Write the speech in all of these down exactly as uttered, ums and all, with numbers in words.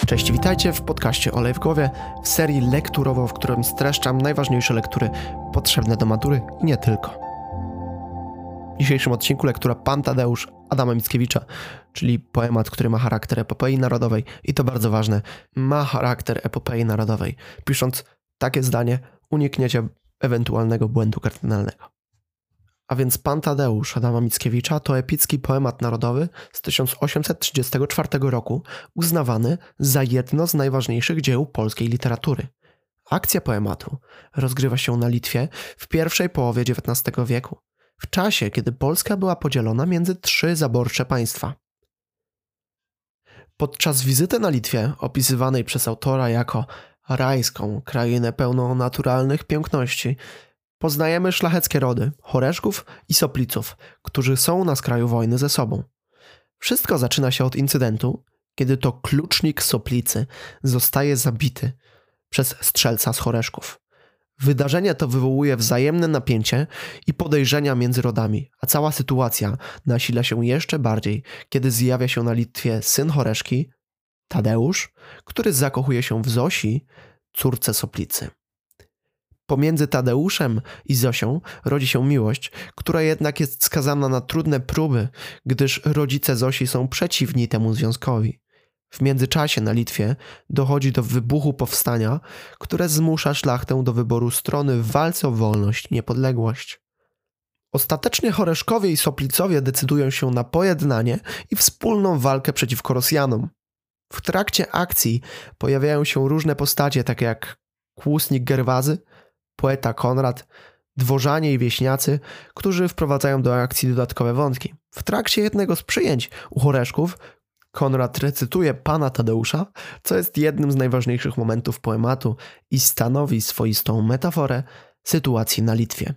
Cześć, witajcie w podcaście Olej w głowie, w serii lekturowo, w którym streszczam najważniejsze lektury potrzebne do matury i nie tylko. W dzisiejszym odcinku lektura Pan Tadeusz Adama Mickiewicza, czyli poemat, który ma charakter epopei narodowej i to bardzo ważne, ma charakter epopei narodowej. Pisząc takie zdanie, unikniecie ewentualnego błędu kardynalnego. A więc Pan Tadeusz Adama Mickiewicza to epicki poemat narodowy z tysiąc osiemset trzydziestego czwartego roku, uznawany za jedno z najważniejszych dzieł polskiej literatury. Akcja poematu rozgrywa się na Litwie w pierwszej połowie dziewiętnastego wieku, w czasie, kiedy Polska była podzielona między trzy zaborcze państwa. Podczas wizyty na Litwie, opisywanej przez autora jako rajską krainę pełną naturalnych piękności, poznajemy szlacheckie rody, Horeszków i Sopliców, którzy są na skraju wojny ze sobą. Wszystko zaczyna się od incydentu, kiedy to klucznik Soplicy zostaje zabity przez strzelca z Horeszków. Wydarzenie to wywołuje wzajemne napięcie i podejrzenia między rodami, a cała sytuacja nasila się jeszcze bardziej, kiedy zjawia się na Litwie syn Horeszki, Tadeusz, który zakochuje się w Zosi, córce Soplicy. Pomiędzy Tadeuszem i Zosią rodzi się miłość, która jednak jest skazana na trudne próby, gdyż rodzice Zosi są przeciwni temu związkowi. W międzyczasie na Litwie dochodzi do wybuchu powstania, które zmusza szlachtę do wyboru strony w walce o wolność i niepodległość. Ostatecznie Horeszkowie i Soplicowie decydują się na pojednanie i wspólną walkę przeciwko Rosjanom. W trakcie akcji pojawiają się różne postacie, takie jak kłusnik Gerwazy, poeta Konrad, dworzanie i wieśniacy, którzy wprowadzają do akcji dodatkowe wątki. W trakcie jednego z przyjęć u Horeszków Konrad recytuje Pana Tadeusza, co jest jednym z najważniejszych momentów poematu i stanowi swoistą metaforę sytuacji na Litwie.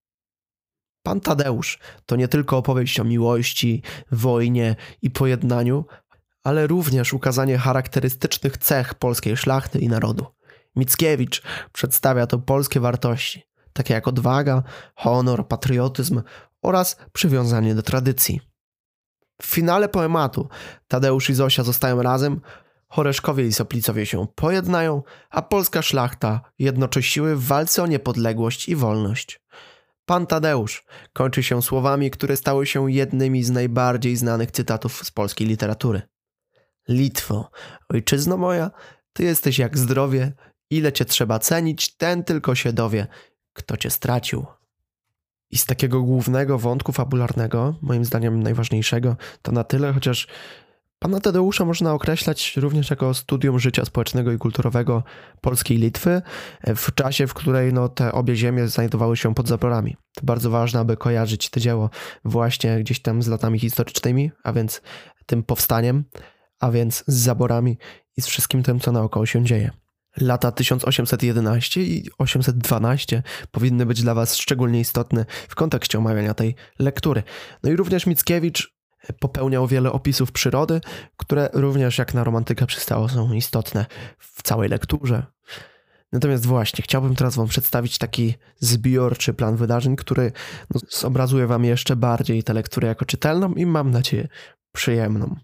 Pan Tadeusz to nie tylko opowieść o miłości, wojnie i pojednaniu, ale również ukazanie charakterystycznych cech polskiej szlachty i narodu. Mickiewicz przedstawia to polskie wartości, takie jak odwaga, honor, patriotyzm oraz przywiązanie do tradycji. W finale poematu Tadeusz i Zosia zostają razem, Horeszkowie i Soplicowie się pojednają, a polska szlachta jednoczy siły w walce o niepodległość i wolność. Pan Tadeusz kończy się słowami, które stały się jednymi z najbardziej znanych cytatów z polskiej literatury. Litwo, ojczyzno moja, ty jesteś jak zdrowie, ile cię trzeba cenić, ten tylko się dowie, kto cię stracił. I z takiego głównego wątku fabularnego, moim zdaniem najważniejszego, to na tyle, chociaż Pana Tadeusza można określać również jako studium życia społecznego i kulturowego Polski i Litwy w czasie, w której no, te obie ziemie znajdowały się pod zaborami. To bardzo ważne, aby kojarzyć to dzieło właśnie gdzieś tam z latami historycznymi, a więc tym powstaniem, a więc z zaborami i z wszystkim tym, co naokoło się dzieje. Lata tysiąc osiemset jedenaście i osiemset dwanaście powinny być dla Was szczególnie istotne w kontekście omawiania tej lektury. No i również Mickiewicz popełniał wiele opisów przyrody, które również jak na romantykę przystało są istotne w całej lekturze. Natomiast właśnie, chciałbym teraz Wam przedstawić taki zbiorczy plan wydarzeń, który no, zobrazuje Wam jeszcze bardziej tę lekturę jako czytelną i mam nadzieję przyjemną.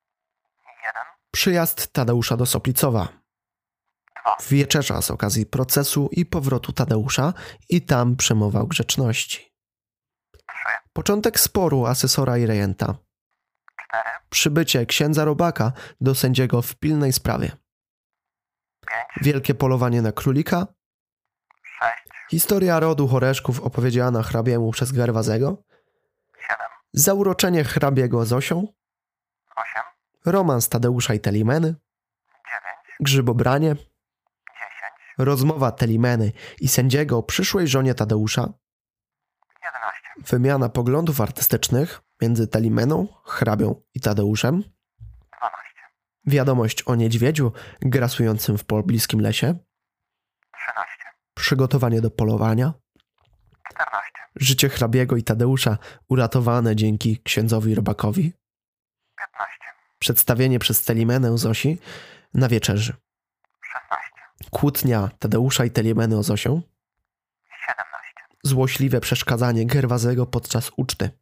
Przyjazd Tadeusza do Soplicowa. Wieczerza z okazji procesu i powrotu Tadeusza i tam przemowa o grzeczności. Początek sporu asesora i rejenta. Przybycie księdza Robaka do sędziego w pilnej sprawie. Wielkie polowanie na królika. Historia rodu Horeszków opowiedziana hrabiemu przez Gerwazego. Zauroczenie hrabiego Zosią. Romans Tadeusza i Telimeny. Grzybobranie. Rozmowa Telimeny i sędziego o przyszłej żonie Tadeusza. Wymiana poglądów artystycznych między Telimeną, hrabią i Tadeuszem. Wiadomość o niedźwiedziu grasującym w pobliskim lesie. Przygotowanie do polowania. Życie hrabiego i Tadeusza uratowane dzięki księdzowi Robakowi. Przedstawienie przez Telimenę Zosi na wieczerzy. Kłótnia Tadeusza i Telimeny o Zosię. Złośliwe przeszkadzanie Gerwazego podczas uczty.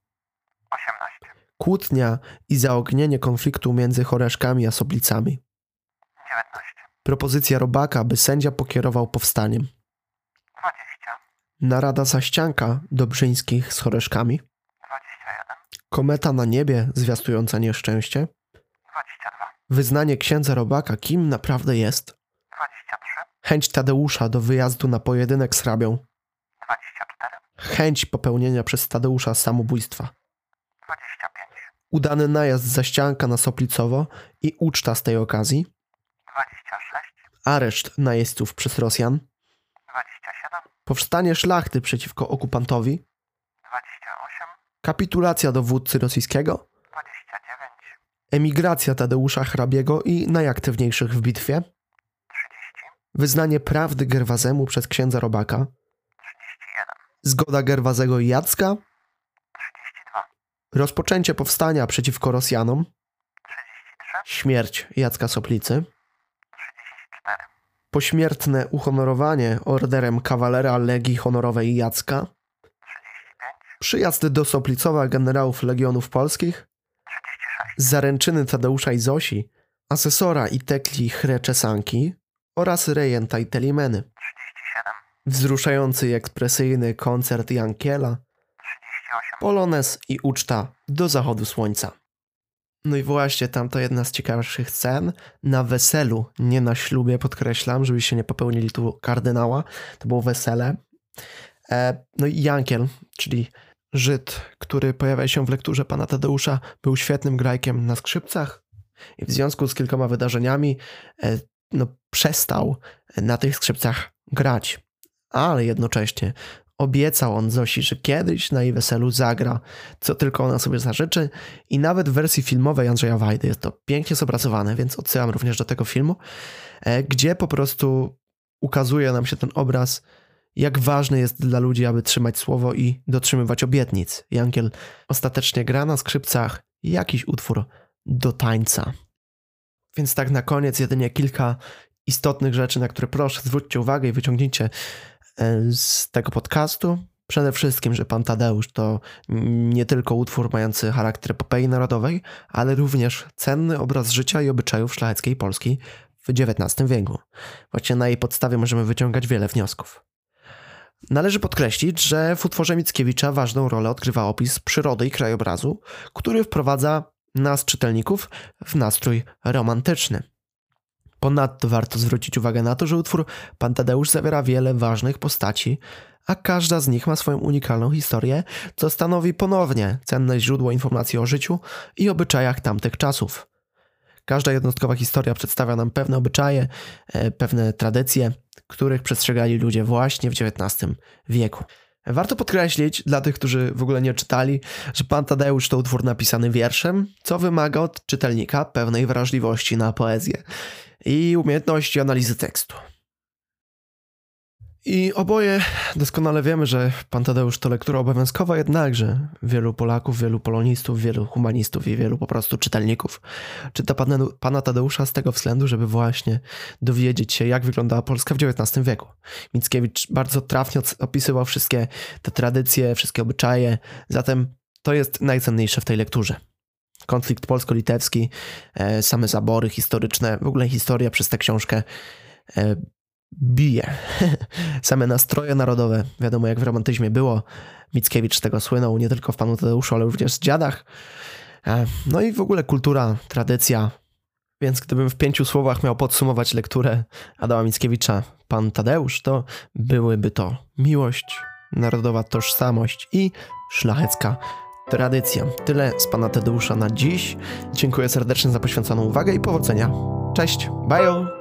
Kłótnia i zaognienie konfliktu między Horeszkami a Soplicami. dziewiętnaście. Propozycja robaka, by sędzia pokierował powstaniem. dwadzieścia. Narada zaścianka Dobrzyńskich z Horeszkami. dwadzieścia jeden. Kometa na niebie zwiastująca nieszczęście. dwadzieścia dwa. Wyznanie księdza robaka, kim naprawdę jest. dwadzieścia trzy. Chęć Tadeusza do wyjazdu na pojedynek z hrabią. dwadzieścia cztery. Chęć popełnienia przez Tadeusza samobójstwa. dwadzieścia pięć. Udany najazd zaścianka na Soplicowo i uczta z tej okazji. dwadzieścia sześć. Areszt najeźdźców przez Rosjan. dwadzieścia siedem. Powstanie szlachty przeciwko okupantowi. dwadzieścia osiem. Kapitulacja dowódcy rosyjskiego. dwadzieścia dziewięć. Emigracja Tadeusza hrabiego i najaktywniejszych w bitwie. trzydzieści. Wyznanie prawdy Gerwazemu przez księdza robaka. trzydzieści jeden. Zgoda Gerwazego i Jacka. trzydzieści dwa. Rozpoczęcie powstania przeciwko Rosjanom. trzydzieści trzy. Śmierć Jacka Soplicy. trzydzieści cztery. Pośmiertne uhonorowanie orderem kawalera Legii Honorowej Jacka. trzydzieści pięć. Przyjazd do Soplicowa generałów Legionów Polskich. trzydzieści sześć. Zaręczyny Tadeusza i Zosi. Asesora i tekli Chreczesanki oraz rejenta i Telimeny. trzydzieści siedem. Wzruszający i ekspresyjny koncert Jankiela. trzydzieści osiem. Polonez i uczta do zachodu słońca. No i właśnie, tam to jedna z ciekawszych scen. Na weselu, nie na ślubie, podkreślam, żebyście nie popełnili tu kardynała. To było wesele. E, no i Jankiel, czyli Żyd, który pojawia się w lekturze pana Tadeusza, był świetnym grajkiem na skrzypcach i w związku z kilkoma wydarzeniami e, no, przestał na tych skrzypcach grać. Ale jednocześnie obiecał on Zosi, że kiedyś na jej weselu zagra, co tylko ona sobie zażyczy i nawet w wersji filmowej Andrzeja Wajdy jest to pięknie zobrazowane, więc odsyłam również do tego filmu, gdzie po prostu ukazuje nam się ten obraz, jak ważne jest dla ludzi, aby trzymać słowo i dotrzymywać obietnic. Jankiel ostatecznie gra na skrzypcach jakiś utwór do tańca. Więc tak na koniec jedynie kilka istotnych rzeczy, na które proszę zwróćcie uwagę i wyciągnijcie z tego podcastu. Przede wszystkim, że Pan Tadeusz to nie tylko utwór mający charakter epopei narodowej, ale również cenny obraz życia i obyczajów szlacheckiej Polski w dziewiętnastym wieku. Właśnie na jej podstawie możemy wyciągać wiele wniosków. Należy podkreślić, że w utworze Mickiewicza ważną rolę odgrywa opis przyrody i krajobrazu, który wprowadza nas, czytelników, w nastrój romantyczny. Ponadto warto zwrócić uwagę na to, że utwór Pan Tadeusz zawiera wiele ważnych postaci, a każda z nich ma swoją unikalną historię, co stanowi ponownie cenne źródło informacji o życiu i obyczajach tamtych czasów. Każda jednostkowa historia przedstawia nam pewne obyczaje, pewne tradycje, których przestrzegali ludzie właśnie w dziewiętnastym wieku. Warto podkreślić, dla tych, którzy w ogóle nie czytali, że Pan Tadeusz to utwór napisany wierszem, co wymaga od czytelnika pewnej wrażliwości na poezję i umiejętności analizy tekstu. I oboje doskonale wiemy, że Pan Tadeusz to lektura obowiązkowa, jednakże wielu Polaków, wielu polonistów, wielu humanistów i wielu po prostu czytelników czyta Pana, Pana Tadeusza z tego względu, żeby właśnie dowiedzieć się, jak wyglądała Polska w dziewiętnastym wieku. Mickiewicz bardzo trafnie opisywał wszystkie te tradycje, wszystkie obyczaje, zatem to jest najcenniejsze w tej lekturze. Konflikt polsko-litewski, e, same zabory historyczne, w ogóle historia przez tę książkę e, bije. Same nastroje narodowe, wiadomo jak w romantyzmie było. Mickiewicz z tego słynął, nie tylko w Panu Tadeuszu, ale również w Dziadach. E, no i w ogóle kultura, tradycja. Więc gdybym w pięciu słowach miał podsumować lekturę Adama Mickiewicza Pan Tadeusz, to byłyby to miłość, narodowa tożsamość i szlachecka tradycja. Tyle z Pana Tadeusza na dziś. Dziękuję serdecznie za poświęconą uwagę i powodzenia. Cześć, bye!